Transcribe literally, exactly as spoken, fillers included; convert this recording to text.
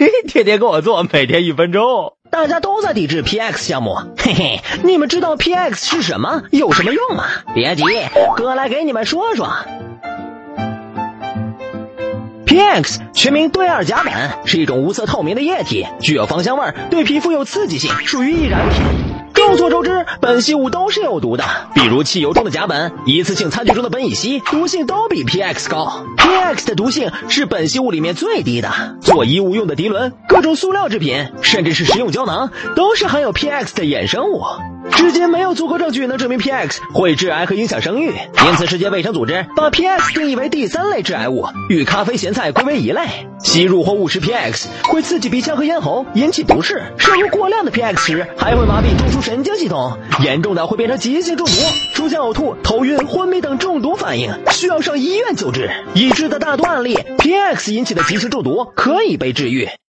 天天跟我做，每天一分钟。 大家都在抵制 P X 项目，嘿嘿，你们知道 P X 是什么，有什么用吗？别急，哥来给你们说说。P X 全名对二甲苯，是一种无色透明的液体，具有芳香味，对皮肤有刺激性，属于易燃品。众所周知，苯系物都是有毒的，比如汽油中的甲苯、一次性餐具中的苯乙烯，毒性都比 P X 高。P X 的毒性是苯系物里面最低的，做衣物用的涤纶、各种塑料制品，甚至是食用胶囊，都是含有 P X 的衍生物。至今没有足够证据能证明 P X 会致癌和影响生育，因此世界卫生组织把 P X 定义为第三类致癌物，与咖啡、咸菜归为一类。吸入或误食 P X 会刺激鼻腔和咽喉，引起不适。摄入过量的 P X 时，还会麻痹中枢神经系统，严重的会变成急性中毒，出现呕吐、头晕、昏迷等中毒反应，需要上医院救治。已知的大多案例 ，P X 引起的急性中毒可以被治愈。